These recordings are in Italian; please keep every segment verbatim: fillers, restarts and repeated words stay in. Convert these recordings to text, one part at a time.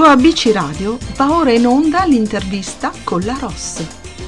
A B C Radio va ora in onda l'intervista con la Ross.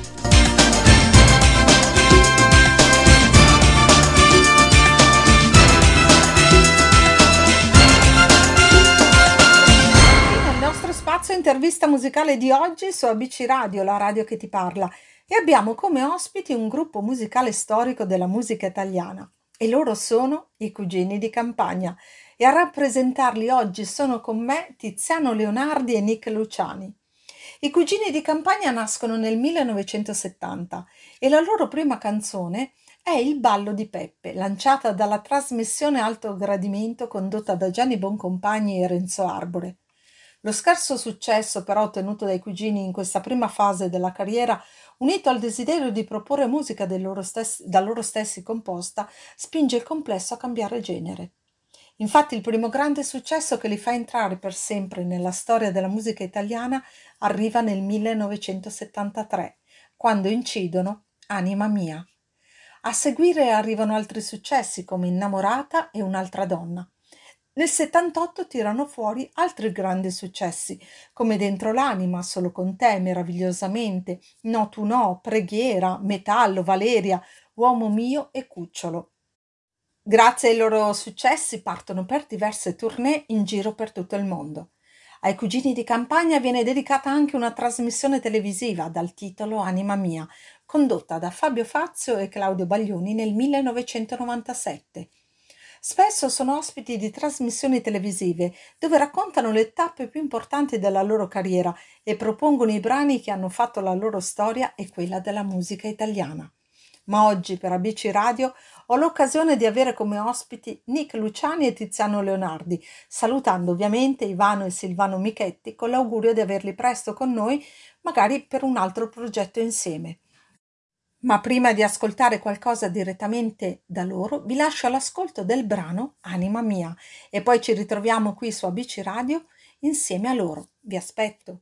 Nel nostro spazio intervista musicale di oggi su A B C Radio, la radio che ti parla, e abbiamo come ospiti un gruppo musicale storico della musica italiana e loro sono i Cugini di Campagna. E a rappresentarli oggi sono con me Tiziano Leonardi e Nick Luciani. I Cugini di Campagna nascono nel millenovecentosettanta e la loro prima canzone è Il ballo di Peppe, lanciata dalla trasmissione Alto Gradimento condotta da Gianni Boncompagni e Renzo Arbore. Lo scarso successo però ottenuto dai Cugini in questa prima fase della carriera, unito al desiderio di proporre musica del loro stessi, da loro stessi composta, spinge il complesso a cambiare genere. Infatti il primo grande successo che li fa entrare per sempre nella storia della musica italiana arriva nel millenovecentosettantatré, quando incidono Anima mia. A seguire arrivano altri successi come Innamorata e Un'altra donna. Nel settantotto tirano fuori altri grandi successi come Dentro l'anima, Solo con te, Meravigliosamente, No tu no, Preghiera, Metallo, Valeria, Uomo mio e Cucciolo. Grazie ai loro successi partono per diverse tournée in giro per tutto il mondo. Ai Cugini di Campagna viene dedicata anche una trasmissione televisiva dal titolo Anima mia, condotta da Fabio Fazio e Claudio Baglioni nel millenovecentonovantasette. Spesso sono ospiti di trasmissioni televisive dove raccontano le tappe più importanti della loro carriera e propongono i brani che hanno fatto la loro storia e quella della musica italiana. Ma oggi per A B C Radio ho l'occasione di avere come ospiti Nick Luciani e Tiziano Leonardi, salutando ovviamente Ivano e Silvano Michetti con l'augurio di averli presto con noi, magari per un altro progetto insieme. Ma prima di ascoltare qualcosa direttamente da loro, vi lascio all'ascolto del brano Anima mia e poi ci ritroviamo qui su A B C Radio insieme a loro. Vi aspetto.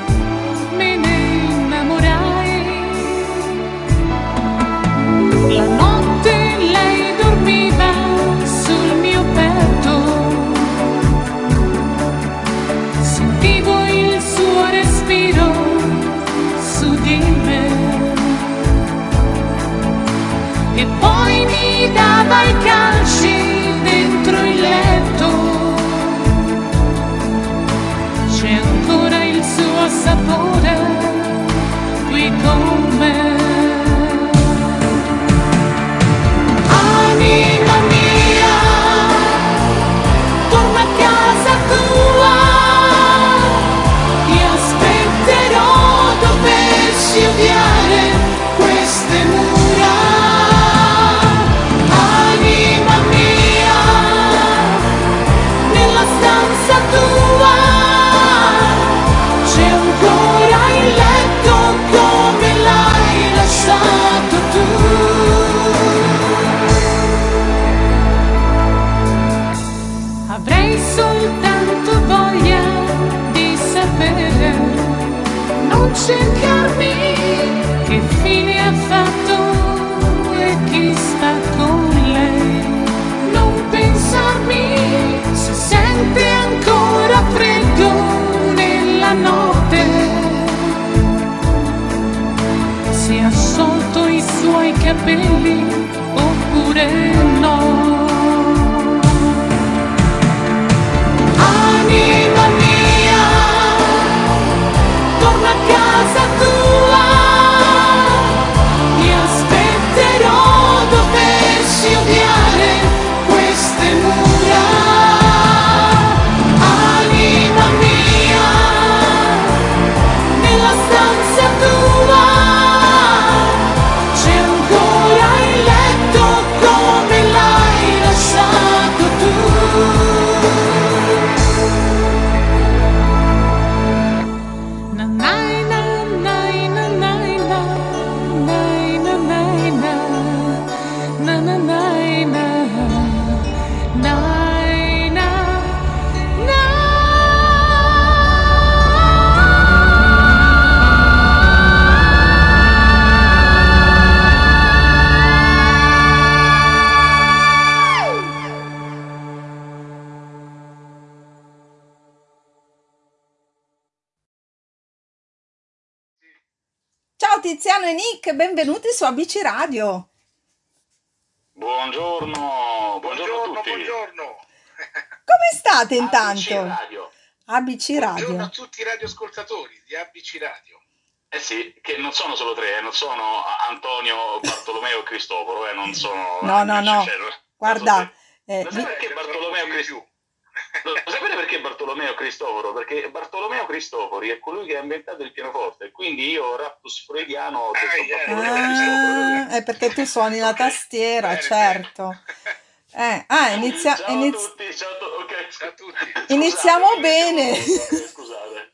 La capelli oppure no. Anima mia, torna a casa tua, ti aspetterò dovessi odiare queste mura. Anima mia, nella stanza tua c'è ancora il letto come l'hai lasciato tu. Na nai na nai na nai na nai na nai na na na nai na nai na na. Ciao Tiziano e Nick, benvenuti su A B C Radio. Buongiorno, buongiorno a Buongiorno, tutti. buongiorno. Come state A B C intanto? Radio. A B C Buongiorno Radio. a tutti i radioascoltatori di A B C Radio. Eh sì, che non sono solo tre, eh, non sono Antonio, Bartolomeo e Cristoforo, eh, non sono... No, no, no. cioè, non- Guarda, eh, Lo sai perché Eh, Bartolomeo di Cristoforo? più. Lo sapete perché Bartolomeo Cristoforo? Perché Bartolomeo Cristofori è colui che ha inventato il pianoforte, quindi io, raptus freudiano, ho detto Ah, yeah. Bartolomeo Cristoforo. ah, è perché tu suoni la Ok. tastiera, Bene, certo. Eh, ah, inizia, Ciao iniz- a tutti, ciao a tutti, ok. Ciao a tutti. Scusate, Iniziamo iniziamo- bene. ok, scusate.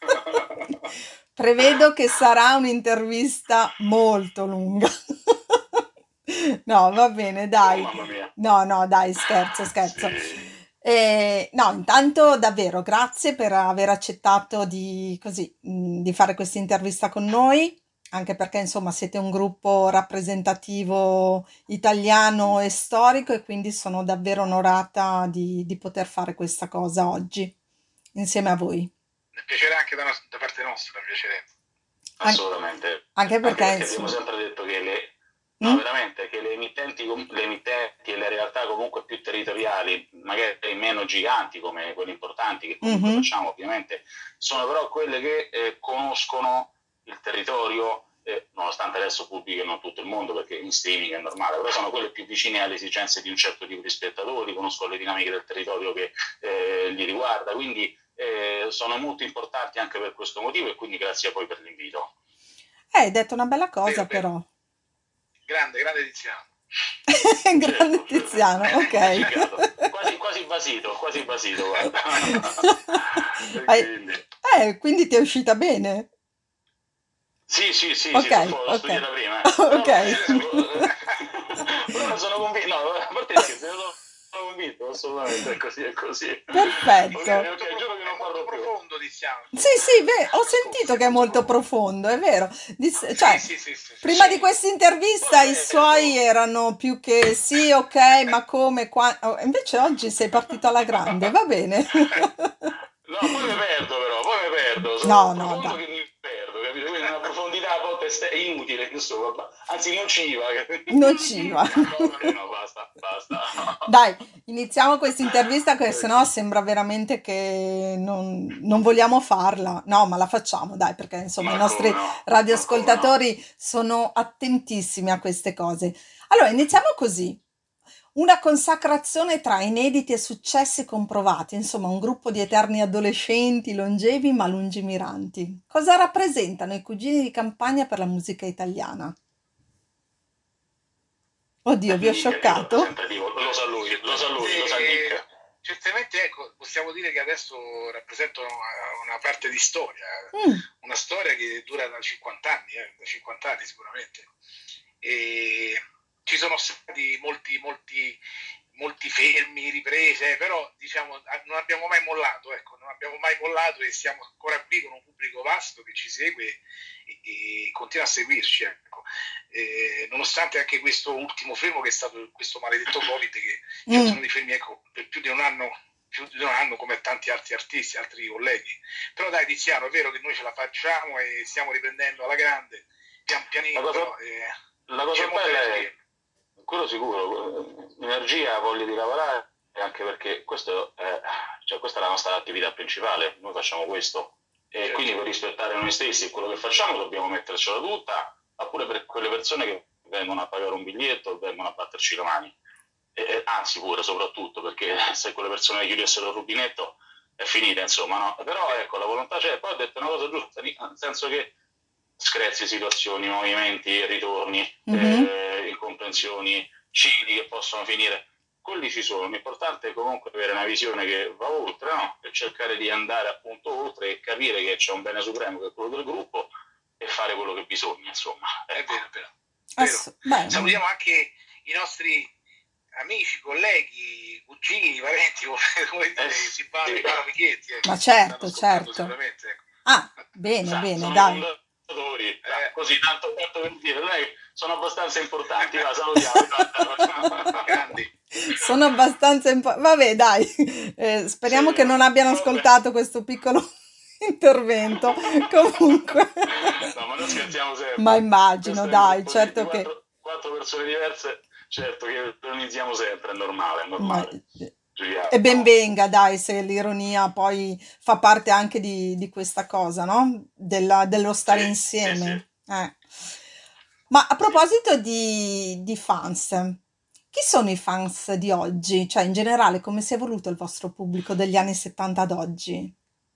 Prevedo che sarà un'intervista molto lunga. No, va bene, dai. Oh, mamma mia. No, no, dai, scherzo, scherzo. Sì. Eh, no, intanto davvero grazie per aver accettato di, così, mh, di fare questa intervista con noi, anche perché insomma siete un gruppo rappresentativo italiano e storico e quindi sono davvero onorata di, di poter fare questa cosa oggi insieme a voi. Mi piacerà anche da, nos- da parte nostra, mi piacerebbe. An- Assolutamente. anche perché, abbiamo insomma, sempre detto che le, no, Mm? veramente, che le emittenti, com- le emittenti e le realtà comunque più territoriali, magari meno giganti come quelle importanti che comunque Mhm. facciamo ovviamente, sono però quelle che eh, conoscono il territorio, eh, nonostante adesso pubblichino tutto il mondo perché in streaming è normale, però sono quelle più vicine alle esigenze di un certo tipo di spettatori, conoscono le dinamiche del territorio che eh, li riguarda, quindi eh, sono molto importanti anche per questo motivo e quindi grazie poi per l'invito. Eh, hai detto una bella cosa Vero, vero. però. Grande, grande Tiziano. Grande Certo, certo. Tiziano, Complicato. ok. Quasi, quasi basito, quasi basito, guarda. E Hai- quindi- Eh, quindi ti è uscita bene? Sì, sì, sì, Ok, sì, l'ho, l'ho ok. studiata prima. eh. Però, Ok. però non sono convinto, no, a parte che se non sono convinto, assolutamente, è così, è così. Perfetto. Ok, È ok, molto, giuro che non è molto parlo più. profondo, Tiziano. Sì, sì, beh, ho sentito che è molto profondo, è vero. Dis- cioè, Sì, sì, sì, sì. prima Sì. di questa intervista i Perfetto. suoi erano più che sì, ok, ma come, qua... oh, invece oggi sei partito alla grande, va bene. No, poi mi perdo però, poi mi perdo, sono No, no, profondo dai. che mi perdo, capito? Quindi una profondità a volte è inutile, insomma, ba- anzi nociva. capito? Nociva. Ok, no, basta, basta. Dai, iniziamo questa intervista che sennò sembra veramente che non, non vogliamo farla. No, ma la facciamo, dai, perché insomma Ma i nostri come no? radioascoltatori sono attentissimi a queste cose. Allora, iniziamo così. Una consacrazione tra inediti e successi comprovati, insomma, un gruppo di eterni adolescenti longevi ma lungimiranti. Cosa rappresentano i cugini di campagna per la musica italiana? Oddio, vi ho Nick è più scioccato? rappresentativo, lo sa lui, lo sa lui, lo sa Nick. Eh, Certamente, ecco, possiamo dire che adesso rappresentano una, una parte di storia, Mm, una storia che dura da cinquanta anni, eh, da cinquanta anni sicuramente. E ci sono stati molti, molti, molti fermi, riprese, però diciamo non abbiamo mai mollato, ecco, non abbiamo mai mollato e siamo ancora qui con un pubblico vasto che ci segue e, e continua a seguirci, ecco. Eh, nonostante anche questo ultimo fermo che è stato questo maledetto Covid che ci ha mm. tenuti fermi, ecco, per più di un anno più di un anno come tanti altri artisti, altri colleghi. Però dai Tiziano, è vero che noi ce la facciamo e stiamo riprendendo alla grande, pian pianino, La cosa- però, eh, La cosa c'è molta bella quello sicuro, energia, voglia di lavorare, anche perché questo è, cioè, questa è la nostra attività principale, noi facciamo questo, e certo. Quindi per rispettare noi stessi e quello che facciamo dobbiamo mettercela tutta, oppure per quelle persone che vengono a pagare un biglietto, vengono a batterci le mani, e, anzi pure, soprattutto, perché se quelle persone chiudessero il rubinetto è finita, insomma, no? Però ecco, la volontà c'è. Poi ho detto una cosa giusta, nel senso che screzi, situazioni, movimenti, ritorni, mm-hmm. eh, incomprensioni, cicli che possono finire, quelli ci sono. L'importante è comunque avere una visione che va oltre, no? E cercare di andare appunto oltre e capire che c'è un bene supremo che è quello del gruppo e fare quello che bisogna, insomma. Ecco. È vero, è vero. È vero. Ass- Salutiamo anche i nostri amici, colleghi, cugini, parenti, come dire, eh, si parla, sì. Michetti, ecco. Ma certo, certo. Ecco. Ah, bene, Sa, bene, sono dai. Fondatori, eh. Così, tanto, tanto per dire, non è che sono abbastanza importanti, va, salutiamo. Grandi. Sono abbastanza impo- vabbè, dai, eh, speriamo sì, che non abbiano vabbè. ascoltato questo piccolo intervento. Comunque, no, ma noi scherziamo sempre. Ma immagino, dai, certo che quattro, quattro persone diverse, certo che ironizziamo sempre, è normale, è normale. Ma... E ben venga, dai, se l'ironia poi fa parte anche di, di questa cosa, no? Della, dello stare sì, insieme. Sì, sì. Eh. Ma a proposito di, di fans, chi sono i fans di oggi? Cioè, in generale, come si è evoluto il vostro pubblico degli anni settanta ad oggi?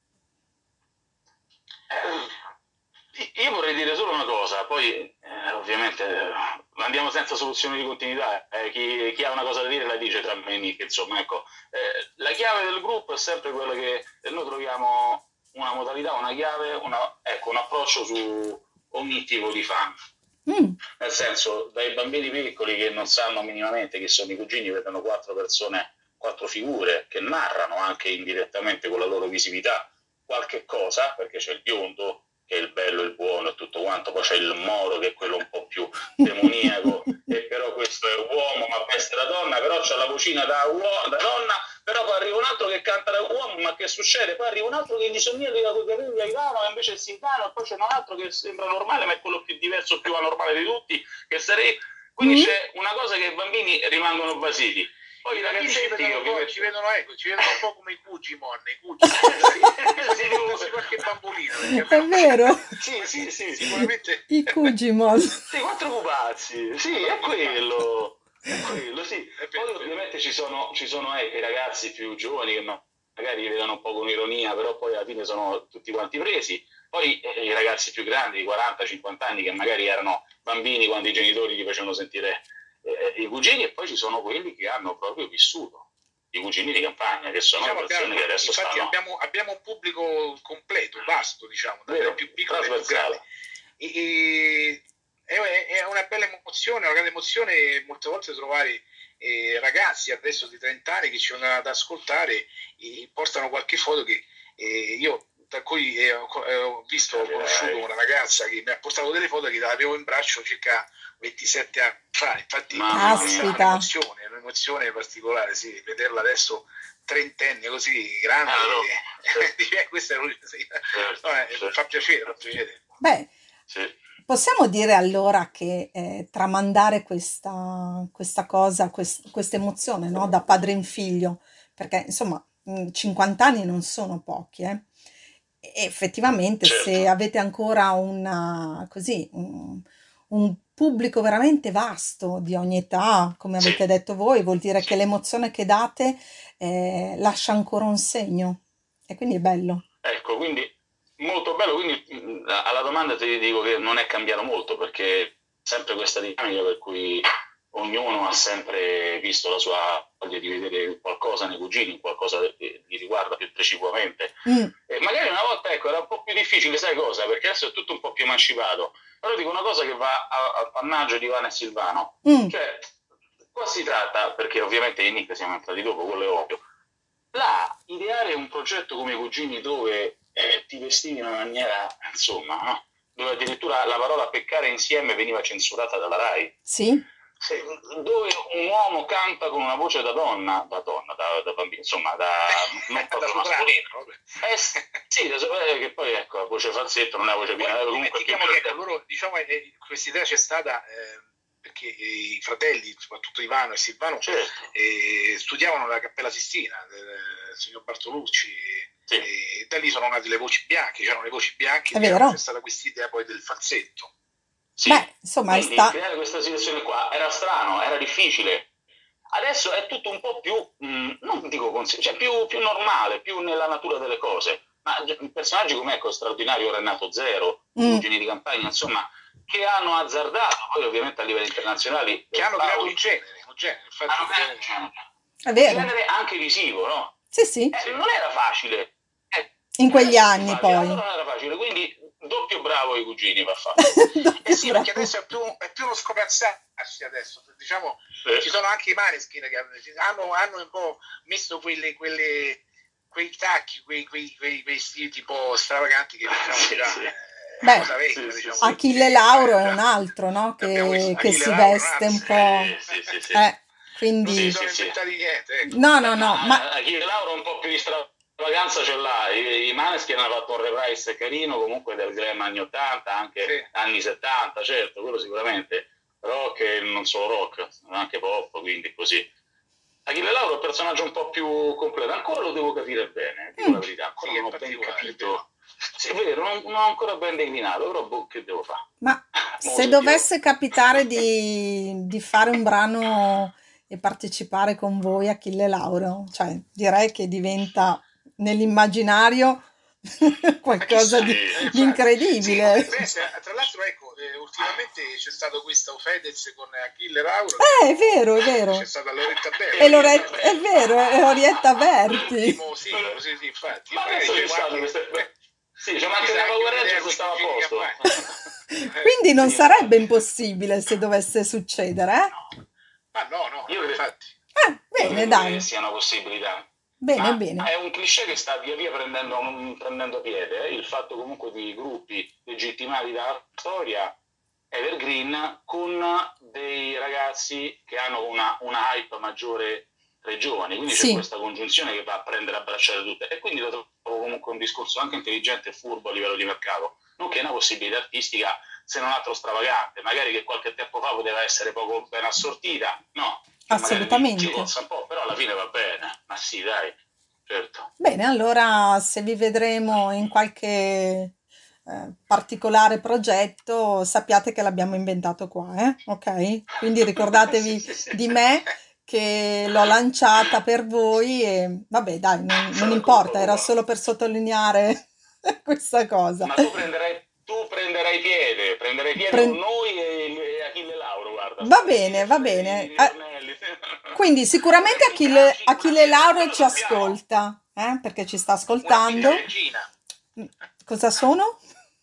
Eh, io vorrei dire solo una cosa, poi eh, ovviamente eh, andiamo senza soluzione di continuità, eh, chi, chi ha una cosa da dire la dice tra me e Nick, insomma, ecco, eh, la chiave del gruppo è sempre quella che noi troviamo una modalità, una chiave, una, ecco, un approccio su ogni tipo di fan. Mm. Nel senso, dai bambini piccoli che non sanno minimamente chi sono i cugini, vedono quattro persone, quattro figure che narrano anche indirettamente con la loro visività qualche cosa, perché c'è il biondo che è il bello, il buono e tutto quanto, poi c'è il moro che è quello un po' più demoniaco e però questo è uomo ma veste da donna, però c'ha la vocina da, uomo, da donna, però poi arriva un altro che canta da uomo, ma che succede? Poi arriva un altro che gli somigliano con i capelli ai cano e invece è sicano, e poi c'è un altro che sembra normale ma è quello più diverso, più anormale di tutti, che sarei... Quindi mm. c'è una cosa che i bambini rimangono basiti. Poi i ragazzi ci vedono, ci vedono, ecco, ci vedono un po' come i Cugimon, i Cugimon, si riconosce qualche bambolino. È vero? Sì, sì, sì, sicuramente. I Cugimon. Sì, quattro pupazzi, sì, è quello, è quello, sì. Poi ovviamente ci sono, ci sono eh, i ragazzi più giovani che magari vedono un po' con ironia, però poi alla fine sono tutti quanti presi. Poi eh, i ragazzi più grandi, di quaranta cinquanta anni, che magari erano bambini quando i genitori gli facevano sentire Eh, i cugini, e poi ci sono quelli che hanno proprio vissuto, i cugini di campagna, che sono diciamo persone abbiamo, che adesso infatti stanno... abbiamo, abbiamo un pubblico completo, vasto, diciamo, dai più piccoli ai più grandi. E, e, è, è una bella emozione, una grande emozione molte volte trovare eh, ragazzi adesso di trenta anni che ci vanno ad ascoltare e portano qualche foto che eh, io da cui eh, ho visto, ho conosciuto una ragazza che mi ha portato delle foto che l'avevo in braccio circa ventisette anni fa, infatti è un'emozione, è un'emozione particolare, sì, vederla adesso trentenne così grande, ah, no. eh, questa è, sì. no, eh, fa piacere, fa piacere. Beh, sì. Possiamo dire allora che eh, tramandare questa, questa cosa, quest, questa emozione, no? Da padre in figlio, perché insomma cinquanta anni non sono pochi, eh? E effettivamente certo. Se avete ancora una, così, un, un pubblico veramente vasto di ogni età, come avete sì. detto voi, vuol dire sì. Che l'emozione che date eh, lascia ancora un segno e quindi è bello. Ecco, quindi molto bello, quindi alla domanda ti dico che non è cambiato molto, perché sempre questa dinamica per cui ognuno ha sempre visto la sua voglia di vedere qualcosa nei cugini, qualcosa che li riguarda più precipuamente. Mm. E magari una volta, ecco, era un po' più difficile, sai cosa? Perché adesso è tutto un po' più emancipato. Però dico una cosa che va a appannaggio di Ivana e Silvano. Mm. Cioè, qua si tratta, perché ovviamente in Nick siamo entrati dopo, quello è ovvio, là, ideare un progetto come i cugini dove eh, ti vestivi in una maniera, insomma, no? Dove addirittura la parola peccare insieme veniva censurata dalla RAI. Sì. Se, dove un uomo canta con una voce da donna, da donna, da, da bambino, insomma, da non proprio mascolino. Eh sì, da sapere che poi ecco, la voce falsetto non è la voce piena. Dimentichiamo che ecco, loro, diciamo, eh, questa idea c'è stata eh, perché i fratelli, soprattutto Ivano e Silvano, certo. eh, studiavano alla Cappella Sistina del signor Bartolucci, Sì. e da lì sono nate le voci bianche, c'erano le voci bianche, È e vero. c'è stata questa idea poi del falsetto. Sì. Beh, insomma, è Quindi sta- creare questa situazione qua era strano, era difficile. Adesso è tutto un po' più, mh, non dico cons- cioè più, più normale, più nella natura delle cose. Ma gi- personaggi come ecco, straordinario Renato Zero, i Mm. Cugini di Campagna, insomma, che hanno azzardato, poi ovviamente a livelli internazionali, Che hanno Paoli, creato un genere, un genere, infatti, hanno un creato genere. un genere, È un vero. genere anche visivo, no? Sì, sì. Eh, non era facile. Eh, In quegli adesso è più anni, facile, poi. allora non era facile, quindi doppio bravo ai Cugini va fatto. Doppio Eh sì, perché bravo. adesso è più, è più uno scopiazzarsi adesso, diciamo, Eh. ci sono anche i Maneskin che hanno, hanno un po' messo quelle, quelle, quei tacchi, quei, quei, quei vestiti un po' stravaganti che diciamo Sì, già, sì. eh, Beh, cosa vecchia, sì, sì, diciamo, sì. Achille sì, Lauro è già. un altro, no? Abbiamo visto Che, che Achille si Lauro, un veste un altro, po'. Sì, sì, sì. Eh, non quindi. si Sì, sono sì, sì. inventati niente, ecco. No, no, Beh, no, ma ma Achille Lauro un po' più di stravaganza ce l'ha. I, i Maneskin hanno fatto un reprise carino, comunque del glam anni ottanta, anche Sì. anni settanta, certo, quello sicuramente. Rock e non solo rock, anche pop, quindi così. Achille Lauro è un personaggio un po' più completo, ancora lo devo capire bene, dico Mm. la verità, ancora Sì, non è ho ben particolare, è capito. Sì, è vero, non, non ho ancora ben declinato, però boh, che devo fare? Ma Mo se sentirò. dovesse capitare di, di fare un brano e partecipare con voi, Achille Lauro, cioè direi che diventa nell'immaginario qualcosa chissà, di, Sì. eh, di infatti. Sì, incredibile. potrebbe essere. Tra l'altro, ecco, eh, ultimamente c'è stato questo Fedez con Achille Lauro, Eh, che è vero, è vero. c'è stata Loretta Berti. E Orietta Loretta, è Berti. vero, è Orietta Berti. L'ultimo singolo, sì, sì, infatti. Ma Magari adesso ci c'è stanno anche, queste... beh, sì, c'è anche chissà, una anche Power un'idea Rangers con che i stava a cugini di posto. campagna. Quindi non Sì, sarebbe infatti. impossibile se dovesse succedere, eh? No. Ma no, no, Io no, credo, infatti. Eh, io bene, credo dai. che sia una possibilità. Bene, Ma bene. è un cliché che sta via via prendendo, prendendo piede, eh? Il fatto comunque di gruppi legittimati dalla storia evergreen con dei ragazzi che hanno una, una hype maggiore tra i giovani, quindi c'è Sì, questa congiunzione che va a prendere a bracciare tutte e quindi lo trovo comunque un discorso anche intelligente e furbo a livello di mercato, nonché una possibilità artistica se non altro stravagante, magari che qualche tempo fa poteva essere poco ben assortita, no, che magari ti, ti assolutamente. cozza un po', però alla fine va bene, ma sì dai, certo. Bene, allora se vi vedremo in qualche eh, particolare progetto, sappiate che l'abbiamo inventato qua, eh? Ok? Quindi Sì, ricordatevi sì, sì. di me che l'ho lanciata per voi e vabbè, dai, non, non Sarà colpa importa, era tua. solo per sottolineare questa cosa. Ma tu prenderai, tu prenderai piede, prenderai piede Pre- con noi e, e Achille Lauro, guarda, Va state lì bene, e va fate i bene. Eh, ritornelli. quindi sicuramente Potremmo Achille, invitarci una Achille pietra, Lauro quello ci sappiamo. ascolta, eh, perché ci sta Una ascoltando. quinta regina. Cosa sono?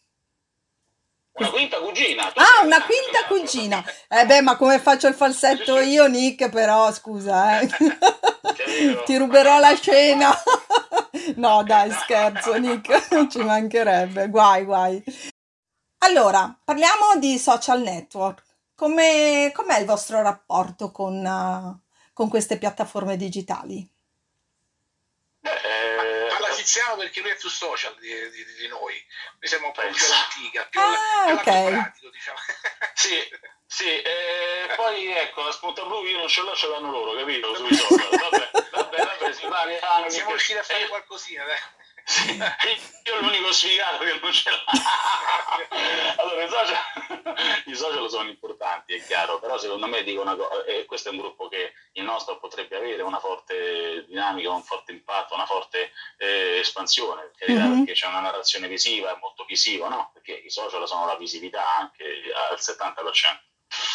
Una Cos- quinta cugina, tu Ah, sei una grande, quinta Alessandro, lo cugina. sappiamo. Eh beh, ma come faccio il falsetto Sì, sì. io, Nick? Però scusa, eh. Capito? Ti ruberò la scena. No, dai, scherzo, Nick. Ci mancherebbe. Guai, guai. Allora, parliamo di social network. Come, com'è il vostro rapporto con, eh, con queste piattaforme digitali? Beh, eh, Parla Tiziano perché lui è più social di, di, di noi. Noi siamo un po' più pensa. all'antica, più, Ah, più ok. all'atto pratico, diciamo. Sì, sì, eh, poi ecco, la spunta blu io non ce l'ho, ce l'hanno loro, capito? Sui social. Vabbè, vabbè, vabbè, si va, ne fanno, Siamo che- riusciti a fare eh, qualcosina, dai. sì, io l'unico sfigato che non ce l'ha. Allora, i social, i social sono importanti, è chiaro, però secondo me dico una cosa, e questo è un gruppo che il nostro potrebbe avere una forte dinamica, un forte impatto, una forte eh, espansione, per carità, Mhm. perché c'è una narrazione visiva, è molto visivo, no? Perché i social sono la visibilità anche al settanta per cento.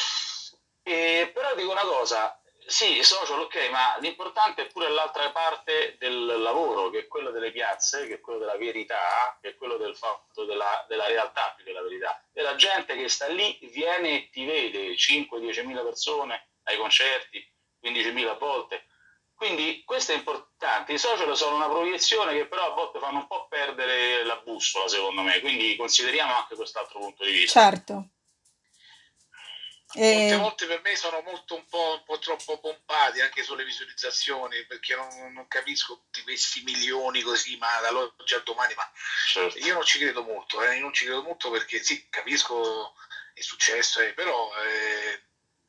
E, però dico una cosa, sì, social ok, ma l'importante è pure l'altra parte del lavoro, che è quello delle piazze, che è quello della verità, che è quello del fatto della, della realtà più che la verità. Della gente che sta lì, viene e ti vede, cinque dieci mila persone ai concerti, quindicimila a volte. Quindi questo è importante. I social sono una proiezione che però a volte fanno un po' perdere la bussola, secondo me, quindi consideriamo anche quest'altro punto di vista. Certo. Molte E... volte per me sono molto un po', un po' troppo pompati anche sulle visualizzazioni, perché non, non capisco tutti questi milioni così, ma dall'oggi al domani, ma Certo. io non ci credo molto, eh, io non ci credo molto perché sì, capisco è successo, eh, però eh,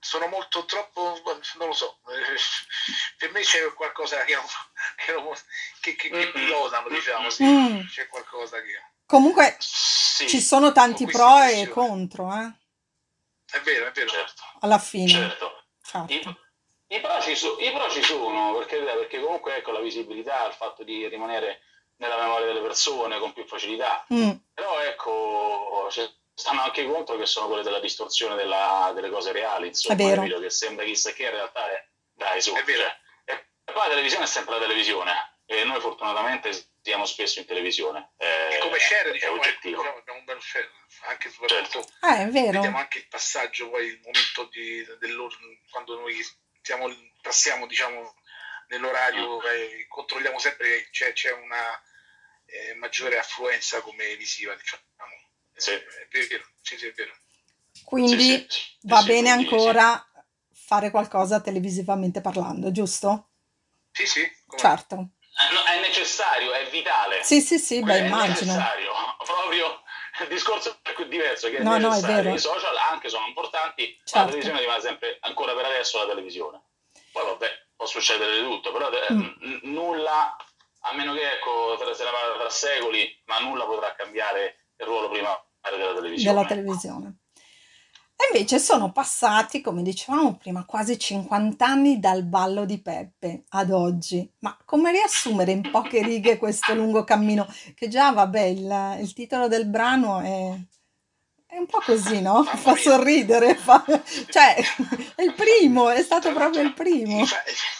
sono molto troppo, non lo so, per me c'è qualcosa che, che, che, che pilotano, diciamo, sì, Mm. c'è qualcosa che... Comunque Sì, ci sono tanti Ho pro questa e impressione. contro, eh? È vero, è vero. certo, Alla fine. certo. Certo. I, i pro ci so- i pro ci sono, perché, perché comunque ecco la visibilità, il fatto di rimanere nella memoria delle persone con più facilità. Mm. Però ecco, ci stanno anche i contro che sono quelli della distorsione della- delle cose reali, insomma, È vero. capito? Che sembra chissà che in realtà è dai su. È vero. Cioè, e poi la televisione è sempre la televisione e noi fortunatamente siamo spesso in televisione. E come share, diciamo, ecco, oggettivo. diciamo, abbiamo un bel share, anche soprattutto Certo. Eh, è vero. vediamo anche il passaggio, poi il momento di, dell'or- quando noi siamo, passiamo, diciamo, nell'orario, eh, controlliamo sempre che c'è, c'è una eh, maggiore affluenza come visiva, diciamo. Sì. È vero, sì, sì, è vero. Quindi Sì, sì, sì, va sì, bene quindi sì. ancora fare qualcosa televisivamente parlando, giusto? Sì, sì, come no. Certo. Eh, no, è necessario, è vitale. Sì, sì, sì, beh, è immagino. necessario, proprio il discorso è diverso, che è No, no, è necessario. vero. I social anche sono importanti, ma Certo. la televisione rimane sempre, ancora per adesso, la televisione. Poi vabbè, può succedere di tutto, però eh, Mm. n- nulla, a meno che ecco, tra- se ne parla tra secoli, ma nulla potrà cambiare il ruolo primario della televisione. Della televisione. E invece sono passati, come dicevamo prima, quasi cinquanta anni dal ballo di Peppe ad oggi. Ma come riassumere in poche righe questo lungo cammino? Che già, vabbè, il, il titolo del brano è, è un po' così, no? Mamma Fa mia. sorridere, fa- cioè, è il primo, è stato Tra proprio il l'altro, primo. infa-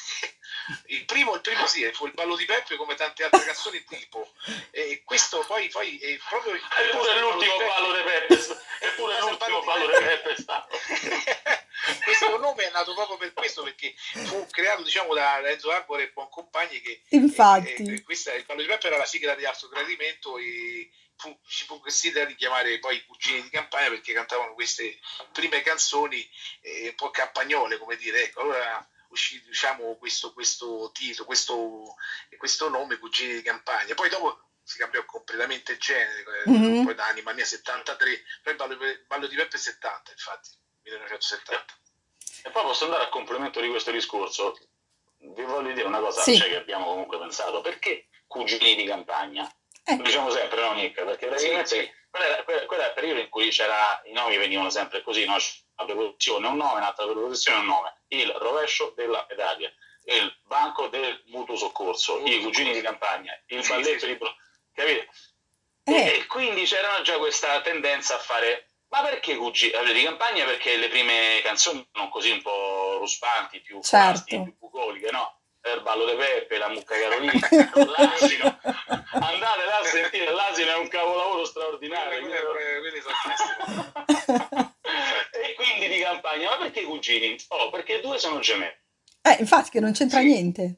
il primo, il primo sì, fu il ballo di Peppe come tante altre canzoni tipo. E questo poi, poi è proprio... Eppure l'ultimo ballo di Peppe, eppure l'ultimo ballo di Peppe è stato. Questo nome è nato proprio per questo, perché fu creato, diciamo, da Enzo Arbore e Boncompagni, che Infatti. e, e questa, il ballo di Peppe era la sigla di Alto Gradimento, e fu, ci fu questa idea di chiamare poi i cugini di campagna, perché cantavano queste prime canzoni eh, un po' campagnole, come dire, ecco, allora uscì, diciamo, questo, questo titolo, questo, questo nome, Cugini di Campagna. Poi dopo si cambiò completamente genere, Mhm. poi da Animania settantatré, poi il ballo, il ballo di Peppe settanta, infatti, millenovecentosettanta. E poi posso andare a complemento di questo discorso. Vi voglio dire una cosa, Sì. cioè, che abbiamo comunque pensato. Perché cugini di campagna? Eh. Lo diciamo sempre, no Nick? Perché praticamente Sì, sì. quello era, quello- quello era il periodo in cui c'era, i nomi venivano sempre così, no? Una preposizione, un nome, un'altra preposizione, un nome. Il rovescio della medaglia, il banco del mutuo soccorso, i cugini di campagna, il Sì, balletto sì, sì. di... pro- Capite? Eh. E, e quindi c'era già questa tendenza a fare... Ma perché cugini di campagna? Perché le prime canzoni sono così un po' ruspanti, più Certo. fasti, più bucoliche, no? Il ballo di Peppe, la mucca Carolina, l'asino. Andate là a sentire, l'asino è un capolavoro straordinario. Quelli- quelli- quelli sono classici. E quindi di campagna, ma perché i cugini? Oh, perché due sono gemelli. Eh, infatti che non c'entra Sì. niente.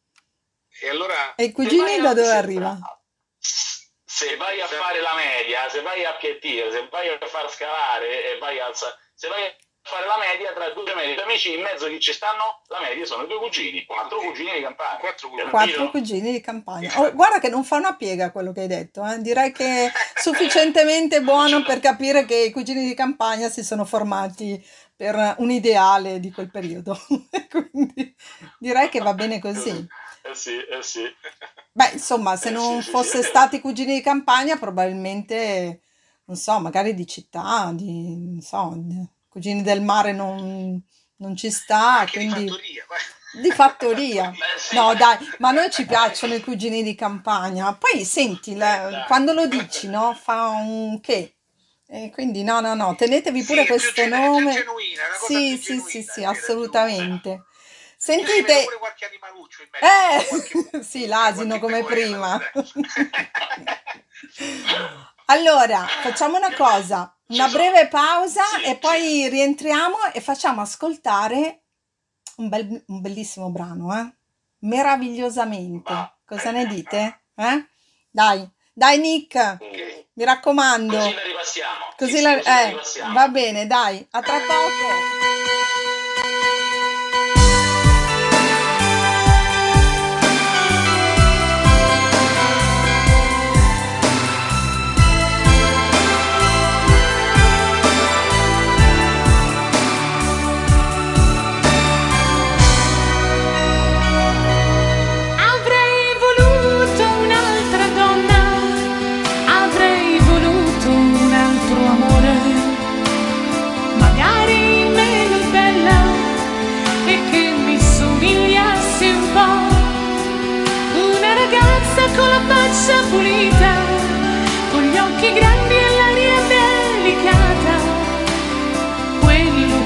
E allora E i Se cugini vai a- da dove se- arriva? Se vai a fare la media, se vai a appiattire, se vai a far scalare e vai a alzare, se vai a fare la media tra due gemelli, due amici, in mezzo chi ci stanno? La media sono i due cugini, quattro cugini di campagna. Quattro cugini. Quattro cugini di campagna. Oh, guarda che non fa una piega quello che hai detto, eh. Direi che è sufficientemente buono per capire che i cugini di campagna si sono formati per un ideale di quel periodo. Quindi direi che va bene così. Eh sì, eh sì. Beh, insomma, se Eh, non sì, sì, fosse sì. stati cugini di campagna, probabilmente, non so, magari di città, di, non so, di- cugini del mare non, non ci sta, Anche quindi... di fattoria. Di fattoria. Beh, sì. No, dai, ma a noi ci piacciono i cugini di campagna. Poi senti, la- Eh, dai. quando lo dici, no? Fa un che? E quindi no, no, no, tenetevi pure Sì, è più questo gene- è più nome. genuina, è una cosa Sì, più sì, genuina, sì, è sì, vero, è più- assolutamente. Io ci vedo pure Sentite, qualche animaluccio in mezzo, eh, qualche sì, mucca, l'asino qualche come pecorella, prima. dai. Allora, facciamo una cosa, una Ci sono- breve pausa Sì, e poi rientriamo e facciamo ascoltare un, bel- un bellissimo brano, eh? Meravigliosamente. Va Cosa bene. ne dite? Eh? Dai, dai Nick, Ok. mi raccomando. Così la ripassiamo. Così Sì, la- sì, così la eh, ripassiamo. va bene, dai, a tra poco.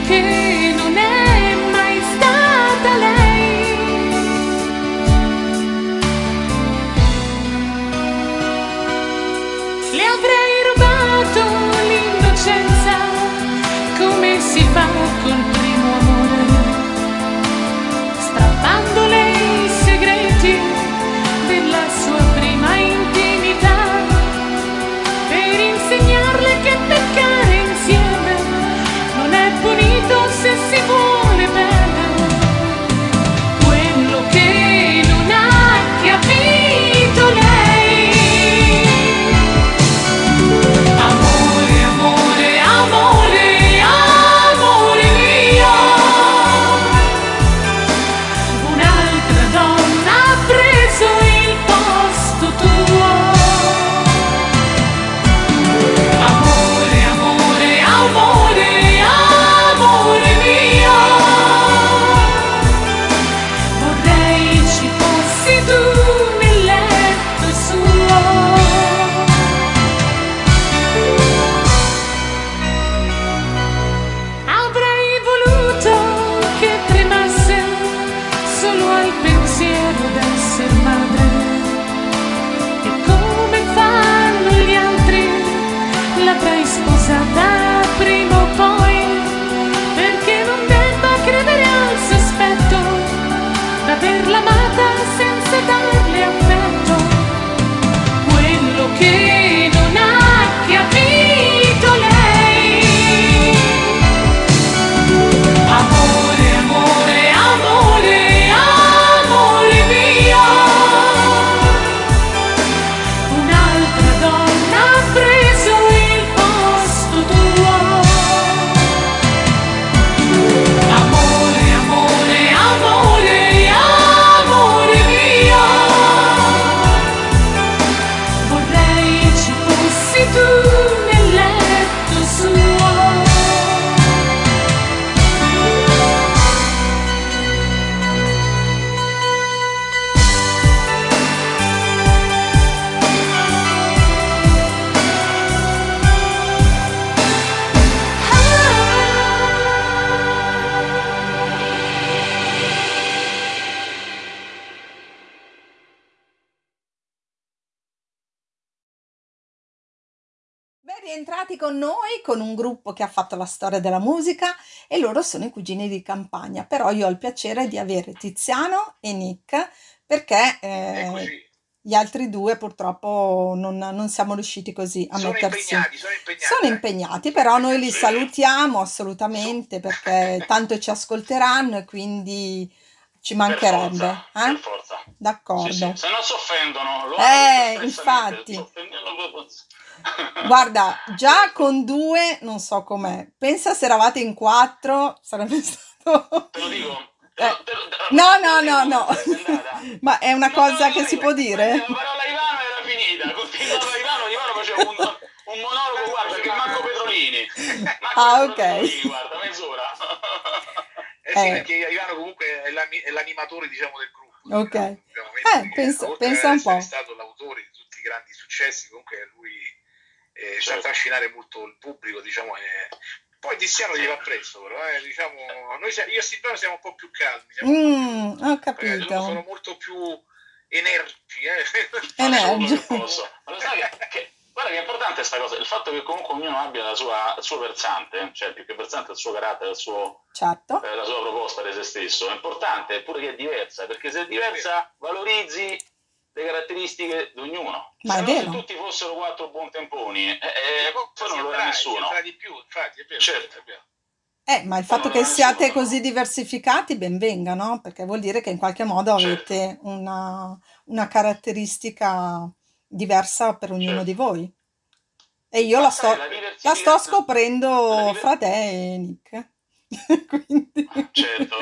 che non è mai stata lei. Le avrei rubato l'innocenza, come si fa col primo amore, strappandole i segreti della sua prima intimità, per insegnarle che peccare insieme non è punito se si vuole bene. Quello che non ha capito lei. Amore, amore, amore, amore mio, un'altra donna ha preso il posto tuo. Amore, amore, amore, amore mio, vorrei ci fossi tu nel letto suo. Avrei voluto che tremasse solo al pensiero d'esser madre, e come fanno gli altri l'avrei sposata prima o poi, perché non debba credere al sospetto d'averla amata senza darle affetto. Quello che non ha capito lei. Amore, amore, amore, amore mio, un'altra donna ha preso il posto tuo. Amore, amore, amore, amore mio, vorrei ci fossi tu nel letto suo. Ben rientrati con noi, con un gruppo che ha fatto la storia della musica e loro sono i Cugini di Campagna. Però io ho il piacere di avere Tiziano e Nick perché eh, Eccoci. gli altri due purtroppo non, non siamo riusciti così a Sono mettersi. impegnati, sono impegnati. Sono dai. impegnati, però noi li Sì. salutiamo assolutamente perché tanto ci ascolteranno e quindi ci Per mancherebbe. forza, per Eh? forza. Sì, sì. D'accordo. Se non si offendono, lo Eh, hanno detto infatti. espressamente, si offendono proprio. Guarda, già Certo. con due non so com'è. Pensa se eravate in quattro, sarebbe stato... Te lo dico. Te Eh, lo, te lo, te lo, No, te no, lo no, dico no. come sarebbe andata. Ma è una Non te lo cosa dico che si io. può Quindi dire? la parola Ivano era finita. Continuava Ivano, Ivano faceva un, un monologo, guarda, che manco Petrolini. Manco Ah, nemmeno ok. Petrolini, guarda, mezz'ora. Eh sì, Eh, perché Ivano comunque è, l'ami- è l'animatore, diciamo, del gruppo. ok. Diciamo, dobbiamo mettere Eh, che, pensa, oltre pensa ad un essere po'. stato l'autore di tutti i grandi successi, comunque lui eh, sa Certo. trascinare molto il pubblico, diciamo. E... Poi Tiziano gli va presso, però, eh, diciamo, noi siamo, io e Silvano siamo un po' più calmi, siamo un po' Mm, più, ho perché loro sono capito. molto più energici, eh. Faccio quello che Energia. posso. Ma lo sai che, che- guarda che è importante questa cosa, il fatto che comunque ognuno abbia la sua, il suo versante, cioè più che versante il suo carattere, il suo, Certo. eh, la sua proposta di se stesso, è importante, eppure che è diversa, perché se è diversa valorizzi le caratteristiche di ognuno. Ma Se è no, se vero. tutti fossero quattro buontemponi, eh, eh, E poi poi si non lo era attrae, nessuno. si attrae di più, infatti, è vero. Certo. È vero. Eh, ma il Poi fatto non lo che era nessuno, siate però. così diversificati ben venga, no? Perché vuol dire che in qualche modo Certo, avete una, una caratteristica diversa per ognuno certo. di voi. E io Ma la sai, sto, la la sto diversificazione... La scoprendo diver- fra te e Nick. Quindi... Certo,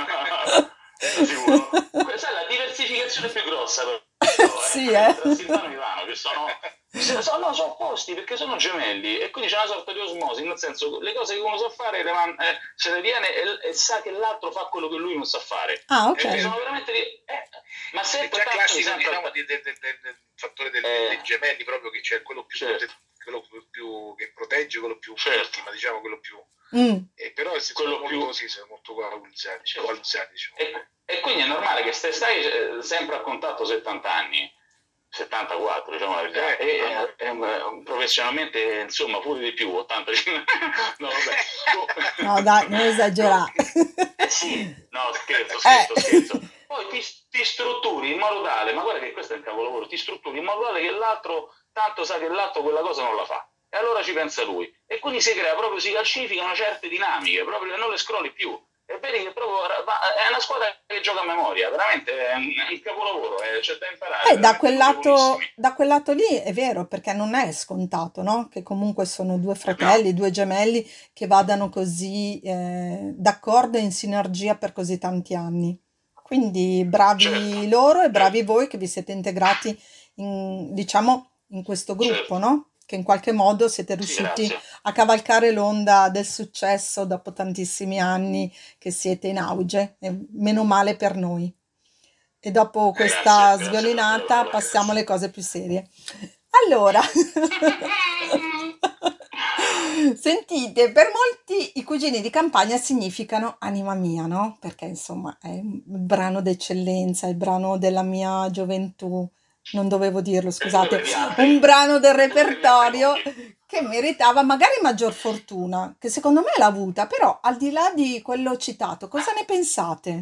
Eh? sicuro. Questa è la diversificazione più grossa, però, Sì, eh, eh. tra Silvano e Ivano, che sono, se- sono, no, sono opposti perché sono gemelli e quindi c'è una sorta di osmosi, nel senso le cose che uno sa fare le man- eh, se le viene e, e sa che l'altro fa quello che lui non sa fare. Ah, È E ok. sono vero. veramente... di- eh, ma se È poi già tanto mi classico, sempre... diciamo, di- del, del- del- del fattore del- Eh, dei gemelli, proprio che c'è quello più certo. protettivo. quello più che protegge, quello più Certo. vittima, diciamo, quello più... Mm. Eh, però si sono Quello molto, più- sì, sono molto coalizzati, Certo. coalizzati, diciamo. E, e quindi è normale che stai, stai eh, sempre a contatto settanta anni, settantaquattro, diciamo la verità, Eh, e mamma. eh, eh, professionalmente, insomma, pure di più, ottanta. No, vabbè. Tu- No, dai, non esagerare. Eh sì, no, scherzo, Eh. scherzo, scherzo. Poi ti, ti strutturi in modo tale, ma guarda che questo è un capolavoro, ti strutturi in modo tale che l'altro tanto sa che l'altro quella cosa non la fa. E allora ci pensa lui. E quindi si crea proprio, si calcifica una certe dinamiche, proprio non le scrolli più. E vedi che proprio è una squadra che gioca a memoria, veramente è un, è un capolavoro, eh, c'è da imparare. Eh, da veramente quel lato, notevolissimi. da quel lato lì è vero, perché non è scontato, no? Che comunque sono due fratelli, due gemelli che vadano così eh, d'accordo e in sinergia per così tanti anni. Quindi bravi Certo, loro e bravi certo. voi che vi siete integrati in, diciamo, in questo gruppo, Certo. no? Che in qualche modo siete Sì, riusciti grazie. a cavalcare l'onda del successo dopo tantissimi anni che siete in auge, e meno male per noi. E dopo questa Grazie, grazie per la sviolinata parola, passiamo alle grazie. cose più serie. Allora, sentite, per molti i cugini di campagna significano anima mia, no? Perché insomma è il brano d'eccellenza, il brano della mia gioventù, non dovevo dirlo, Per due scusate, premiate. un brano del Per due premiate repertorio monti. che meritava magari maggior fortuna, che secondo me l'ha avuta, però al di là di quello citato, cosa ne pensate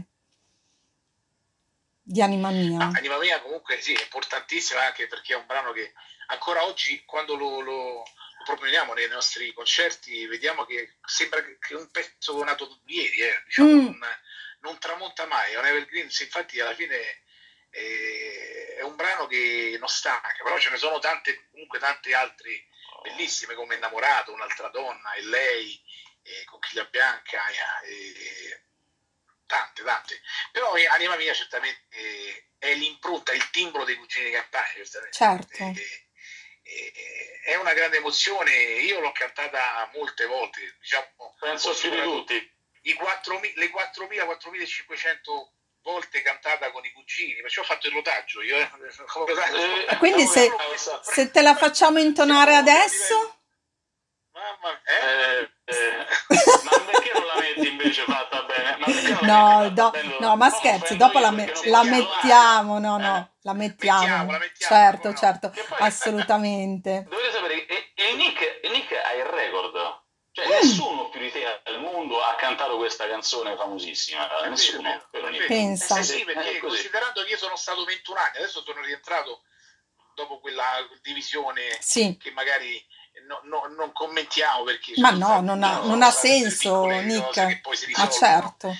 di anima mia? Ma Anima Mia comunque sì, è importantissima anche perché è un brano che ancora oggi quando lo, lo- lo proponiamo nei nostri concerti vediamo che sembra che che è un pezzo nato ieri, eh, diciamo, Mm. non, non tramonta mai, è un evergreen, sì, infatti alla fine eh, è un brano che non stanca, però ce ne sono tante, comunque tante altre bellissime come Innamorato, Un'altra donna, e lei, eh, Conchiglia Bianca, eh, tante, tante. Però eh, Anima Mia certamente eh, è l'impronta, il timbro dei Cugini di Campania, certamente. Certo. Eh, eh, è una grande emozione, io l'ho cantata molte volte, diciamo, Penso più di tutti. i quattromila, le quattromila quattromilacinquecento volte cantata con i cugini, perciò ho fatto il rotaggio io, eh. Come rotaggio. Eh, Quindi no, se, no, no, se te la facciamo intonare Siamo a livello- adesso? Mamma eh? Eh, eh, ma perché non la metti invece fatta bene? Ma perché non la No, metti fatta no, bene? no, ma Poi scherzi, offendo dopo io la, perché me- non la possiamo mettiamo, no, live. no, la Eh? mettiamo. Mettiamo, la mettiamo, Certo, come no? certo, Che poi assolutamente. dovete sapere che il Nick, il Nick ha il record. Cioè, Mm, nessuno più di te al mondo ha cantato questa canzone famosissima. È vero, è Nessuno. vero, Però è Nick. vero. pensa. Eh sì, perché È così. considerando che io sono stato ventuno anni, adesso sono rientrato dopo quella divisione Sì, che magari no- no- non commentiamo perché ma sono no, state, non ha, No. non sono ha state delle senso, piccole cose che Nick. poi si Ma risolvono. certo.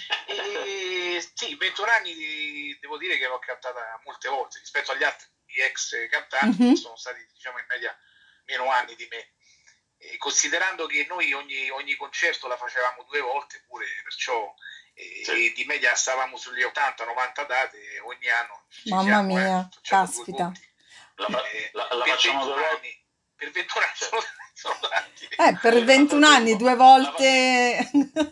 E sì, ventuno anni di- devo dire che l'ho cantata molte volte rispetto agli altri ex cantanti Mhm. che sono stati diciamo in media meno anni di me. E considerando che noi ogni, ogni concerto la facevamo due volte pure, perciò eh, Sì. di media stavamo sugli ottanta novanta date ogni anno ci Mamma siamo, mia, eh, facciamo due caspita. conti. La, fa- Eh, la- la per facciamo due ventuno volte. anni, per ventuno anni sono, sono tanti. Eh, per Sì, ventuno anni, fantastico. due La fa- volte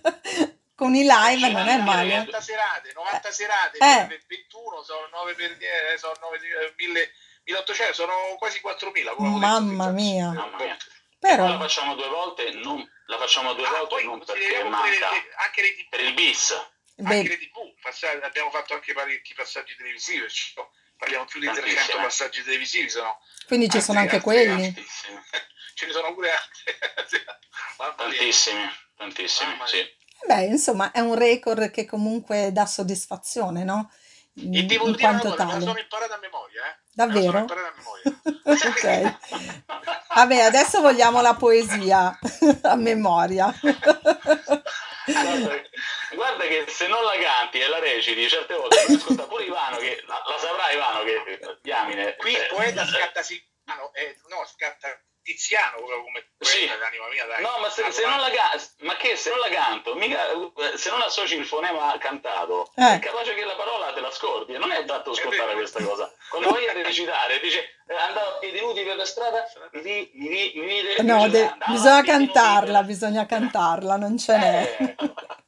con i live Eh, non è Immagina male. che- novanta serate, novanta serate Eh. per ventuno sono nove per dieci, sono nove, mille, milleottocento, sono quasi quattromila. come avevo detto, Mamma sì, mia. Mamma mia. volte. E poi la Però, facciamo due volte, non, la facciamo due Ah, volte poi non perché consideriamo pure manca, le- anche le tivù. per il bis. Anche beh, le tivù, passati- abbiamo fatto anche parecchi passaggi televisivi, perciò parliamo più di Tantissimi. trecento passaggi televisivi, sono quindi ci altri- sono anche altri- quelli. Tantissimi, ce ne sono pure altri. Mamma mia. tantissimi, tantissimi, Mamma sì. mia. Beh, insomma, è un record che comunque dà soddisfazione, no? E In, devo in dire una quanto cosa, me la sono tale. imparata a memoria, eh? Me la sono Davvero? imparata a memoria. Ok. Vabbè, adesso vogliamo la poesia a memoria. Guarda, guarda che se non la canti e la reciti certe volte, puoi ascoltare pure Ivano, che la, la saprà Ivano, che diamine. Qui il cioè, poeta eh, scatta Silvano, eh, no, scatta Tiziano proprio come poeta Sì. dell'anima mia, dai. No, ma se, se non la ca- ma che se non la canto, mica, eh, se non associ il fonema cantato, Eh. è capace che la parola te la scordi, e non è tanto È scontata vero. questa cosa. Quando vai a recitare, dice eh, andavo a piedi nudi per la strada, mi vi, mi vi, mi vide, No, dice, de- andavo a bisogna piedi nudi cantarla, per- bisogna cantarla, non ce n'è. Eh.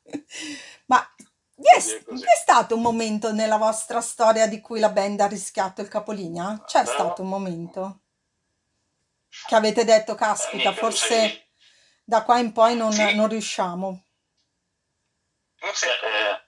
Ma vi è, Così è così. vi è stato un momento nella vostra storia di cui la band ha rischiato il capolinea? C'è Bravo. stato un momento? che avete detto, Eh, caspita, Nick, tu sei... forse da qua in poi non, Sì, non riusciamo. non se- sento. eh,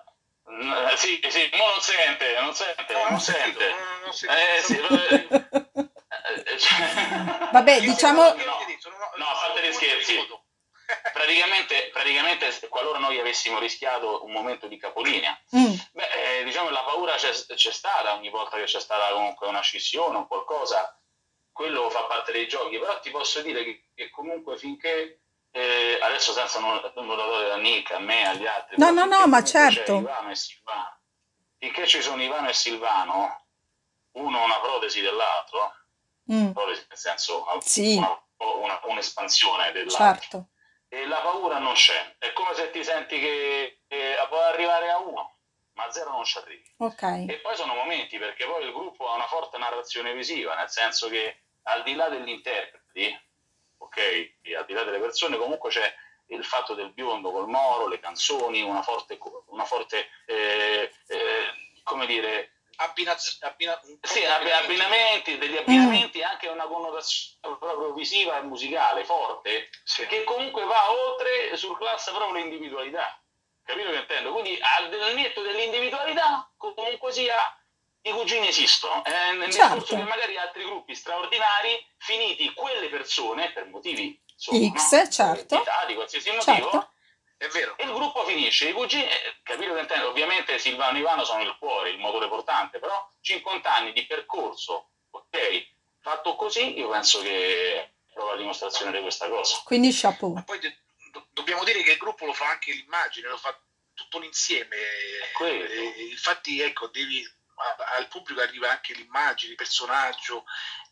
n- sì, sì, ma non sente, non No, sente, non ho non sentito, sente. non, non ho sentito. Eh sì, Stavo... eh, eh, cioè- Vabbè, Che, diciamo, che, che no, avete detto? Non ho, no, a parte gli l'ultimo minuto. scherzi, praticamente, praticamente qualora noi avessimo rischiato un momento di capolinea, mm, beh, eh, diciamo la paura c'è, c'è stata ogni volta che c'è stata comunque una scissione o qualcosa, quello fa parte dei giochi, però ti posso dire che, che comunque finché, eh, adesso senza nulla nulla a Nick, a me, agli altri, no, però no, finché no, ma comunque c'è certo. Ivano e Silvano, finché ci sono Ivano e Silvano, uno ha una protesi dell'altro, Mm, protesi nel senso sì, una, una, un'espansione dell'altro, certo. e la paura non c'è, è come se ti senti che eh, puoi arrivare a uno, ma a zero non ci arrivi. Ok. E poi sono momenti, perché poi il gruppo ha una forte narrazione visiva, nel senso che al di là degli interpreti, ok, e al di là delle persone, comunque c'è il fatto del biondo col Moro, le canzoni, una forte, una forte eh, eh, come dire, Abbinaz- abbina- un po' sì, di abbi- abbinamenti. abbinamenti, degli Mm, abbinamenti, anche una connotazione proprio visiva e musicale forte, Sì. che comunque va oltre sul classe proprio l'individualità. Capito che intendo? Quindi al al netto dell'individualità, comunque sia, i cugini esistono. È nel discorso che certo. magari altri gruppi straordinari, finiti quelle persone, per motivi, insomma, X, no? Eh, di certo, età, di qualsiasi motivo, certo. È vero. e il gruppo finisce. I cugini, eh, capito che intendo? Ovviamente Silvano e Ivano sono il cuore, il motore portante, però cinquanta anni di percorso, ok, fatto così, io penso che è proprio la dimostrazione di questa cosa. Quindi Ma chapeau. poi de- do- dobbiamo dire che il gruppo lo fa anche l'immagine, lo fa tutto l'insieme. È quello. E infatti, ecco, devi, a- al pubblico arriva anche l'immagine, il personaggio,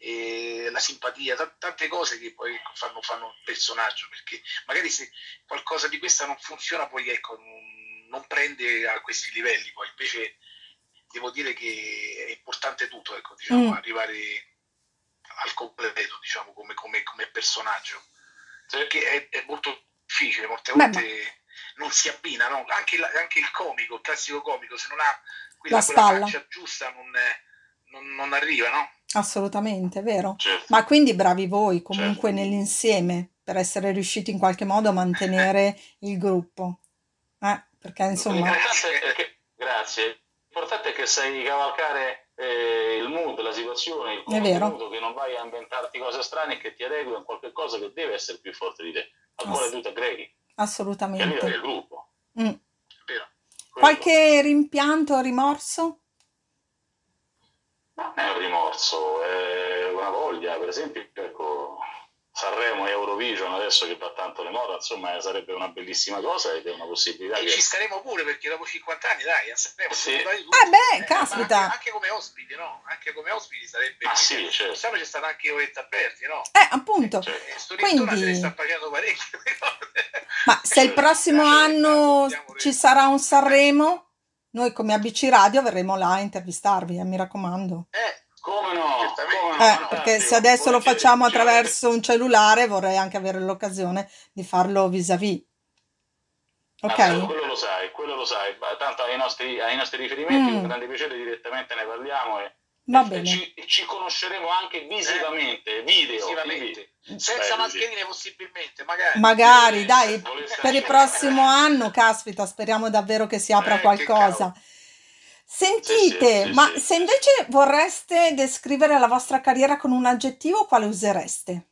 eh, la simpatia, t- tante cose che poi ecco, fanno, fanno il personaggio, perché magari se qualcosa di questa non funziona, poi ecco, non, non prende a questi livelli, poi invece devo dire che è importante tutto, ecco, diciamo, Mm, arrivare al completo, diciamo, come, come, come personaggio, Sì. che è, è molto difficile, molte beh, ma volte non si abbina, no? Anche, la- anche il comico, il classico comico, se non ha la quella, quella spalla, faccia giusta non, non, non arriva, no? assolutamente, vero. Certo, Ma quindi bravi voi certo. comunque nell'insieme per essere riusciti in qualche modo a mantenere il gruppo. Eh, perché insomma, L'importante è Grazie. che, grazie, l'importante è che sai cavalcare eh, il mood, la situazione, il è vero, contenuto, che non vai a inventarti cose strane e che ti adegui a qualche cosa che deve essere più forte di te, al quale ass- tu ti aggreghi, capito? Che è il assolutamente. gruppo, Mm. È vero. quello. Qualche rimpianto o rimorso? Non è un rimorso, è una voglia, per esempio, ecco, Sanremo e Eurovision adesso che va tanto le moda, insomma, sarebbe una bellissima cosa ed è una possibilità E che... ci staremo pure perché dopo cinquanta anni, dai, a Sanremo Sì. siamo andati Eh tutti. beh, Eh, ma anche, caspita. anche come ospiti, no? Anche come ospiti sarebbe. Ah perché sì, certo, quest'anno c'è stata anche Oretta Berti, no? Eh, appunto. certo. E Storittona se ne sta Quindi, facendo parecchio. ma se il Certo. prossimo Lascia perdere, anno salutiamo ci Oretta. sarà un Sanremo, noi come A B C Radio verremo là a intervistarvi, eh, mi raccomando. Eh, Come no, certamente. come no, Eh, come no. perché se fantastico, adesso lo volentieri, facciamo ci vorrebbe... attraverso un cellulare, vorrei anche avere l'occasione di farlo vis-à-vis. Ok? Ah, quello, quello lo sai, quello lo sai, Ba- tanto ai nostri, ai nostri riferimenti con Mm, grande piacere direttamente ne parliamo e, va e- e bene. ci, e ci conosceremo anche visivamente, video, Visivamente. quindi Senza belli, sì. mascherine possibilmente, magari. Magari, Volesse, dai, volesse per il anche- prossimo anno, caspita, speriamo davvero che si apra Eh, che qualcosa. cavolo. Sì, sì, Sentite, sì, ma sì, se sì. invece vorreste descrivere la vostra carriera con un aggettivo, quale usereste?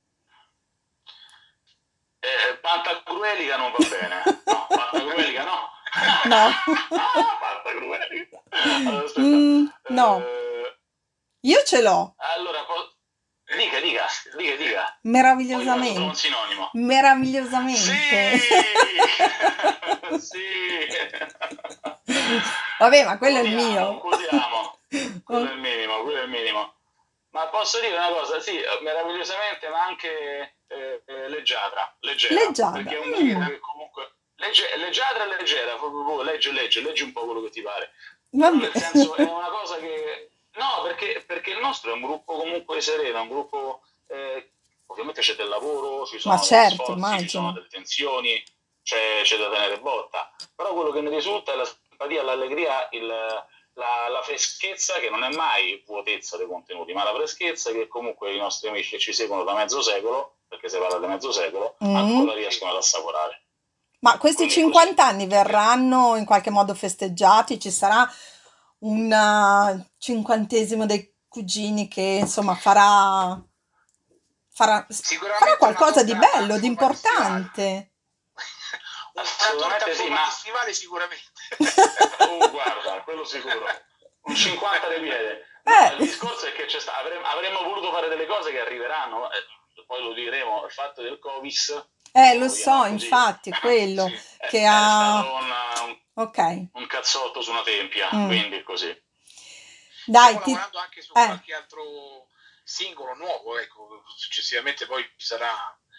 Eh, Pantagruelica non va bene, no, Pantagruelica no. No. Pantagruelica. Allora, aspetta. Mm, no, Eh, io ce l'ho, allora, po- dica, dica, dica, dica. Poi ti faccio solo un meravigliosamente, sinonimo. meravigliosamente. Sì, sì. Vabbè, ma quello è il Quotiamo, mio. quotiamo. Quello è il minimo, quello è il minimo. Ma posso dire una cosa, sì, meravigliosamente, ma anche eh, eh, leggiadra, leggera, Leggiadra. perché è un Mm, gruppo che comunque... Legge, leggiadra e leggera, proprio, proprio, legge, legge, leggi un po' quello che ti pare. Però vabbè. nel senso è una cosa che... No, perché, perché il nostro è un gruppo comunque sereno, è un gruppo... Eh, ovviamente c'è del lavoro, ci Ma sono degli certo, sforzi, ci sono immagino. delle tensioni, c'è, c'è da tenere botta. Però quello che ne risulta è la simpatia, l'allegria, il, la, la freschezza che non è mai vuotezza dei contenuti, ma la freschezza che comunque i nostri amici che ci seguono da mezzo secolo, perché si parla di mezzo secolo, Mm. ancora riescono ad assaporare. Ma questi Quindi cinquanta così. anni verranno in qualche modo festeggiati? Ci sarà un uh, cinquantesimo dei cugini che insomma farà, farà, farà Sicuramente una qualcosa di torta bello, a di forma di stivale. importante. Una torta a Assolutamente sì, forma ma di stivale sicuramente. oh, guarda, quello sicuro. Un cinquanta di piede. No, Eh, il discorso è che c'è sta- avremmo, avremmo voluto fare delle cose che arriveranno, eh, poi lo diremo, il fatto del Covid, eh, lo lo chiamiamo so, così, infatti, è quello Sì. è, che è ha... stato un, un, Ok. un cazzotto su una tempia, Mm. quindi è così. Dai, Stiamo ti... lavorando anche su Eh, qualche altro singolo nuovo, ecco, successivamente poi ci sarà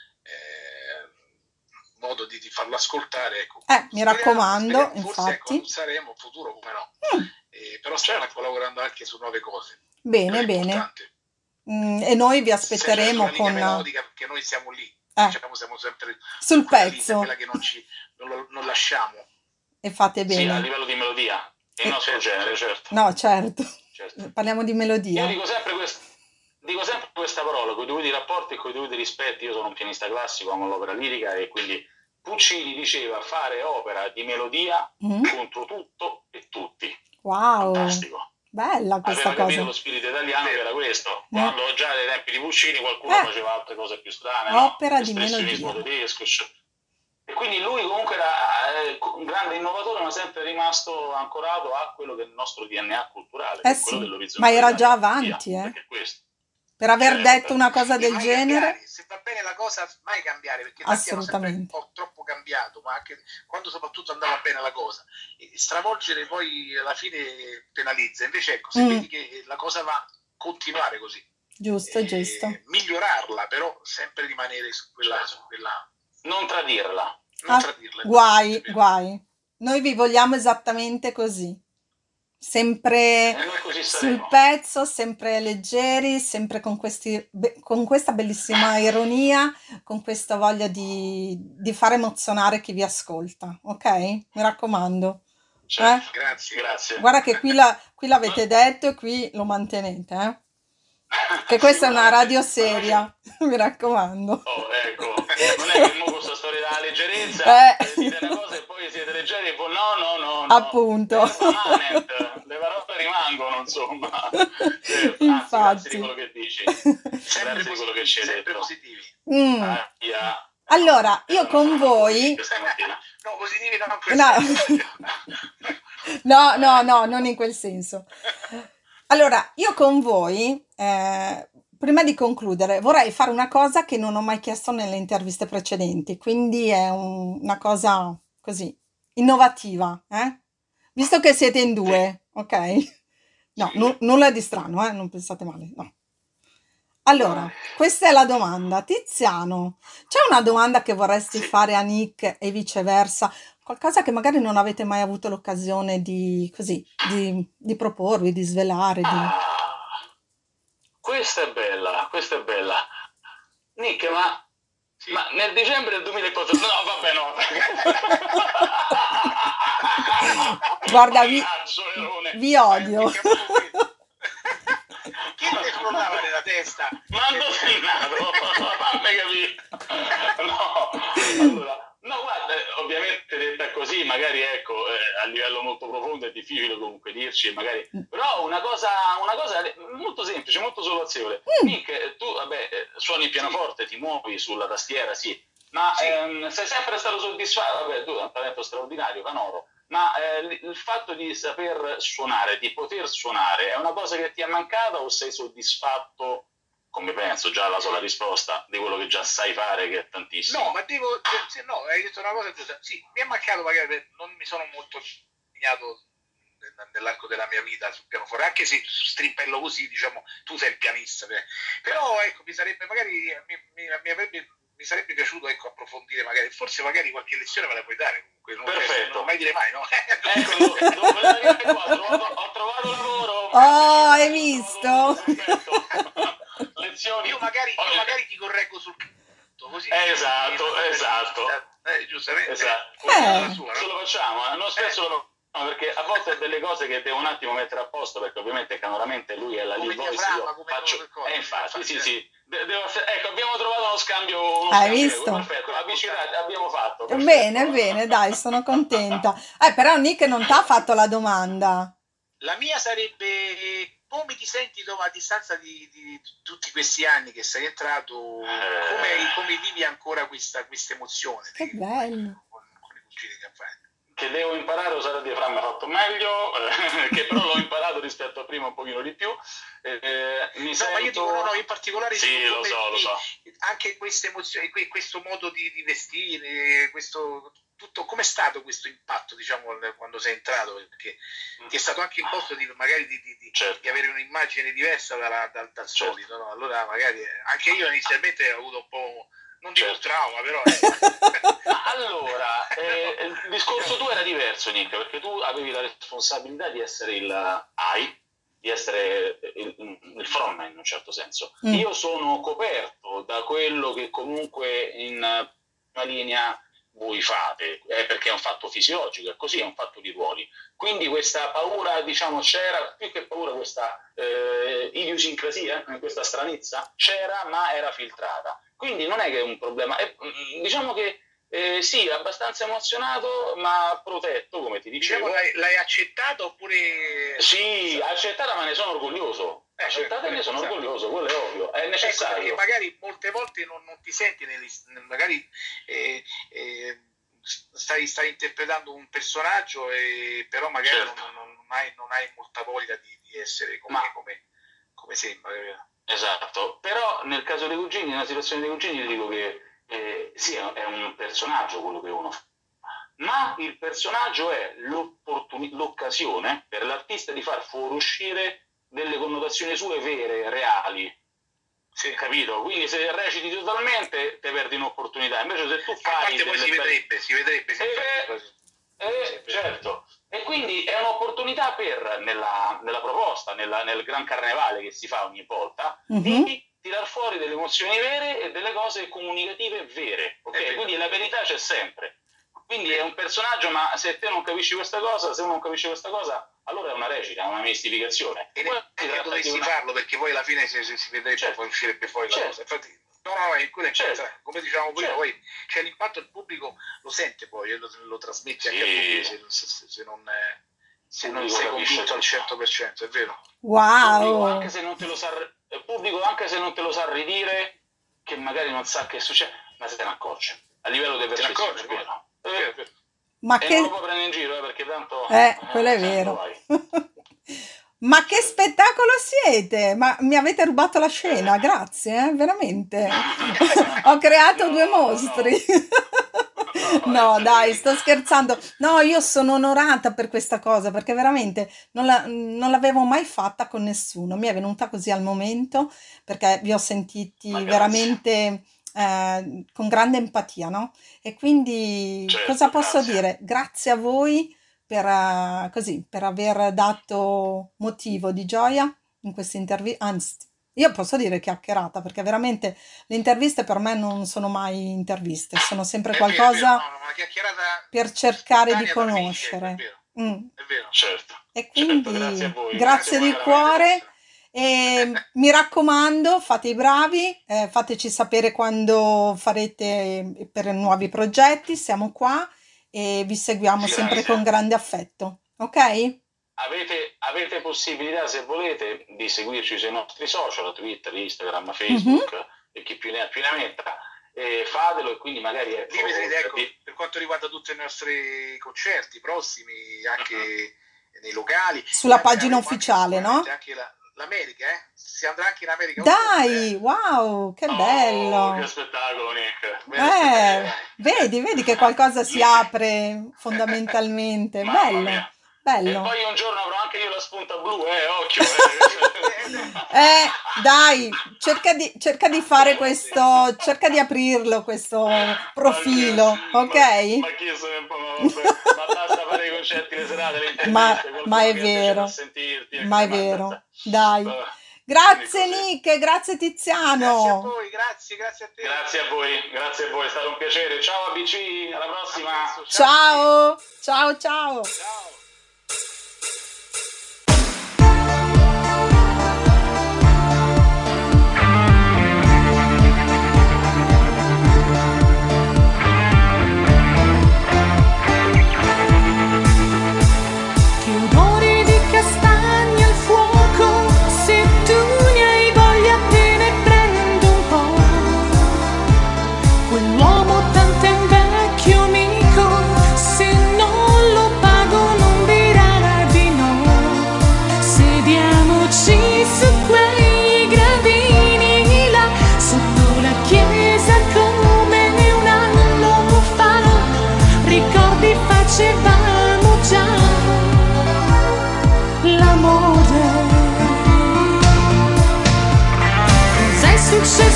eh, modo di, di farlo ascoltare, ecco. eh, mi Speriamo, raccomando, speriamo, forse ecco, infatti. non saremo futuro, come no. Mm, Eh, però stiamo Certo. lavorando anche su nuove cose. bene, Quello è bene. importante. Mm, e noi vi Sempre aspetteremo sulla linea con... melodica, perché noi siamo lì, Eh, diciamo, siamo sempre sul su quella linea, pezzo. quella che non, ci, non, lo- non lasciamo. E fate Sì, a bene. livello di melodia, è il E- nostro Certo, genere, certo. certo. No, certo. certo. Parliamo di Io melodia. dico sempre, quest- dico sempre questa parola, con i dovuti rapporti e con i dovuti rispetti. Io sono un pianista classico, amo l'opera lirica e quindi Puccini diceva fare opera di melodia Mm? contro tutto e tutti. Wow, Fantastico. bella questa Aveva capito cosa. lo spirito italiano che era questo. No. Quando già ai tempi di Puccini qualcuno Eh, faceva altre cose più strane, no? opera di Espressionismo melodia. tedesco. sci- E quindi lui comunque era eh, un grande innovatore, ma sempre rimasto ancorato a quello che è il nostro D N A culturale, che Eh è quello sì, ma dell'originalità era già della melodia, avanti, eh. perché è questo. Per aver Certo. detto una cosa E del mai genere, cambiare, se va bene la cosa, mai cambiare, perché tanti hanno sempre un assolutamente. po' troppo cambiato, ma anche quando soprattutto andava bene la cosa. E stravolgere poi alla fine penalizza. Invece ecco, se Mm, vedi che la cosa va, continuare così. giusto, Eh, giusto. migliorarla, però sempre rimanere su quella, su quella Non tradirla. non Ah, tradirla. guai, È vero. guai. Noi vi vogliamo esattamente così. Sempre E noi così sul saremo. pezzo, sempre leggeri, sempre con questi, be- con questa bellissima ironia, con questa voglia di, di far emozionare chi vi ascolta, ok? Mi raccomando. Eh? Certo. Grazie, Grazie. Guarda che qui, la- qui l'avete detto e qui lo mantenete, eh? Che questa è una radio Sicuramente. seria, mi raccomando. Oh, ecco, non è che mo con questa storia della leggerezza Eh, eh, dite una cosa e poi siete leggeri e poi no, no, no, no. appunto. Verba manent, le parole rimangono, insomma. Certo, anzi, grazie di Infatti. quello che dici. sempre Grazie di quello che ci hai positivi, sempre detto. positivi. Mm. Ah, via. Allora, io Era una con forma voi... positiva stamattina. No, positivi no, in quel No. senso. No, no, no, non in quel senso. Allora, io con voi, eh, prima di concludere, vorrei fare una cosa che non ho mai chiesto nelle interviste precedenti, quindi è un- una cosa così, innovativa, eh? Visto che siete in due, ok? No, Sì. nu- nulla di strano, eh? Non pensate male, no. Allora, questa è la domanda. Tiziano, c'è una domanda che vorresti Sì. fare a Nick e viceversa? Qualcosa che magari non avete mai avuto l'occasione di, così, di, di proporvi, di svelare, di... Ah, questa è bella, questa è bella. Nick, ma, Sì. ma nel dicembre del duemilaquattordici... No, vabbè, no. Guarda, vi, Mannaggia, Nerone. vi odio. Perché è proprio quello. Chi ti esplodava nella testa? Ma dove sei nato? Fammi capire. No, allora, no, guarda, ovviamente detta così, magari ecco, eh, a livello molto profondo è difficile comunque dirci, magari, però una cosa, una cosa molto semplice, molto soluzievole. Mm. Nick, eh, tu, vabbè, eh, suoni il pianoforte, ti muovi sulla tastiera, sì, ma Sì. ehm, sei sempre stato soddisfatto, vabbè, tu hai un talento straordinario, canoro, ma eh, il il fatto di saper suonare, di poter suonare, è una cosa che ti è mancata o sei soddisfatto, come penso già la sola risposta, di quello che già sai fare, che è tantissimo? No, ma devo... sì, no, hai detto una cosa giusta. Sì, mi è mancato magari, perché non mi sono molto impegnato nel- nell'arco della mia vita sul pianoforte, anche se strimpello così, diciamo, tu sei il pianista. per- Però ecco, mi sarebbe magari, mi, mi- mi avrebbe, mi sarebbe piaciuto ecco, approfondire magari, forse magari qualche lezione me la puoi dare comunque, non, Perfetto. non mai dire mai, no? Ecco, do- dopo arrivare qua, ho trovato, ho trovato lavoro. Oh, hai Ho visto? trovato lavoro, perfetto. Lezioni. Io magari, io Oh, magari ti correggo sul canto, così. Eh, esatto, mi- esatto. Eh, giustamente. Esatto. Ognuno Eh. la sua, Ce no? lo facciamo, eh? Noi spesso lo No, perché a volte ho delle cose che devo un attimo mettere a posto, perché ovviamente canoramente lui è la come lead voice, diaframma, io come faccio... come cose, Eh, infatti, sì, eh. sì. De- devo fare- Ecco, abbiamo trovato uno scambio, uno Hai scambio equo, visto? perfetto, avvicinati, abbiamo fatto, Bene, perfetto. bene, dai, sono contenta. Eh, però Nick non ti ha fatto la domanda. La mia sarebbe come ti senti dopo, a distanza di, di tutti questi anni che sei entrato, come, come vivi ancora questa, questa emozione Che di- bello. con, con i cugini che fai? Che devo imparare a usare il diaframma fatto meglio, eh, che però l'ho imparato rispetto a prima un pochino di più. Eh, mi No, sento... ma io dico, no, no, in particolare Sì, dico lo come so, lo ti- so. anche queste emozioni, que- questo modo di, di vestire, questo tutto, com'è stato questo impatto, diciamo, quando sei entrato? Perché ti è stato anche imposto di, magari di, di, di, Certo. di avere un'immagine diversa dalla- dal, dal Certo. solito, no? Allora magari eh, anche io inizialmente ho avuto un po', non dico Certo. un trauma, però... Eh. Ma allora, eh, il discorso tuo era diverso, Nick, perché tu avevi la responsabilità di essere il hai, di essere il, il frontman in un certo senso. Mm. Io sono coperto da quello che comunque in prima linea voi fate, eh, perché è un fatto fisiologico, è così, è un fatto di ruoli. Quindi questa paura, diciamo, c'era, più che paura, questa eh, idiosincrasia, questa stranezza, c'era, ma era filtrata. Quindi non è che è un problema, è, diciamo che eh, sì, abbastanza emozionato, ma protetto, come ti dicevo. Diciamo, l'hai, l'hai accettato oppure... Sì, accettata, ma ne sono orgoglioso. Eh, Accettata e ne sono esatto. orgoglioso, quello è ovvio, è Ecco, necessario. perché magari molte volte non, non ti senti, negli, magari eh, eh, stai, stai interpretando un personaggio, e, però magari Certo. non, non, non, hai, non hai molta voglia di, di essere come, Ma- come, come sembra. Esatto, però nel caso dei cugini, nella situazione dei cugini, io dico che eh, sì, è un personaggio quello che uno fa, ma il personaggio è l'occasione per l'artista di far fuoriuscire delle connotazioni sue vere, reali, Sì. capito? Quindi se reciti totalmente te perdi un'opportunità, invece se tu A fai... parte poi delle si belle- vedrebbe, si vedrebbe. Si Eh, vedrebbe. eh, certo, e quindi è un'opportunità per, nella, nella proposta, nella, nel Gran Carnevale che si fa ogni volta, Mhm. di tirar fuori delle emozioni vere e delle cose comunicative vere, ok? È vero. Quindi la verità c'è sempre. Quindi è un personaggio, ma se te non capisci questa cosa, se uno non capisce questa cosa, allora è una recita, è una mistificazione. E Poi si neanche tratta di dovessi una- farlo, perché poi alla fine si, si, si vedrebbe, Certo. poi uscirebbe fuori la Certo. cosa. Infatti, no, no, è quello è Certo. importante. Come dicevamo prima, Certo. poi cioè, l'impatto del pubblico lo sente poi, e lo, lo trasmette anche Sì. al pubblico se, se, se- se non, è- se non Pubblico sei capisce convinto al tutto. cento per cento, è vero. Pubblico, Wow. anche se non te lo sa, il pubblico anche se non te lo sa ridire, che magari non sa che succede, ma se ne accorge a livello di Te ne percezione, accorgi, è vero. È vero, Eh, è vero. Ma e non lo che... puoi prendere in giro, eh, perché tanto Eh, quello è sempre vero. vai. Ma che spettacolo siete! Ma mi avete rubato la scena, Eh. grazie, eh, veramente. Ho creato No, due no. mostri. No, No, eh, dai, sì. sto scherzando. No, io sono onorata per questa cosa perché veramente non, la- non l'avevo mai fatta con nessuno. Mi è venuta così al momento perché vi ho sentiti Ma grazie. veramente eh, con grande empatia, no? E quindi Certo, cosa posso grazie. dire? Grazie a voi per, eh, così, per aver dato motivo di gioia in questa intervista. Anzi, io posso dire chiacchierata perché veramente le interviste per me non sono mai interviste, sono sempre È vero, è vero, qualcosa no, no, una chiacchierata per cercare di spontanea tra amici, ecco, è conoscere. vero, Mm. è vero. Certo. E Certo, grazie a quindi voi. grazie voi di veramente. cuore e mi raccomando, fate i bravi, eh, fateci sapere quando farete per nuovi progetti, siamo qua e vi seguiamo Sì, sempre grazie. con grande affetto, ok? Avete, avete possibilità, se volete, di seguirci sui nostri social, Twitter, Instagram, Facebook, e chi più ne ha più ne metta. E fatelo e quindi magari ecco, Lì vedrete, ecco, di- per quanto riguarda tutti i nostri concerti prossimi, anche nei locali. Sulla anche pagina avremo anche ufficiale, sicuramente no? Anche la- l'America, eh? Si andrà anche in America un po', Dai, eh? wow, che Oh, bello! che spettacolo, Nick. Bello Eh, spettacolo. vedi, vedi che qualcosa si apre fondamentalmente. Mamma Bello, mia. E bello. poi un giorno avrò anche io la spunta blu, eh, occhio. Eh. Eh, dai, cerca di, cerca di fare questo, cerca di aprirlo questo profilo, Ma, ok? ma chi se ne può, ma vabbè, ma basta fare i concerti, le serate, le interviste, Ma, qualcuno ma è che è piaciuto a vero, sentirti. ma è ma- vero. Dai. Vabbè, Grazie quindi così. Nick, grazie Grazie a Tiziano. voi, grazie, grazie a te. Grazie a voi, grazie a voi, è stato un piacere. Ciao A B C, alla prossima. A presto, ciao. Ciao, ciao, ciao. Ciao.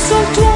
verso il tuo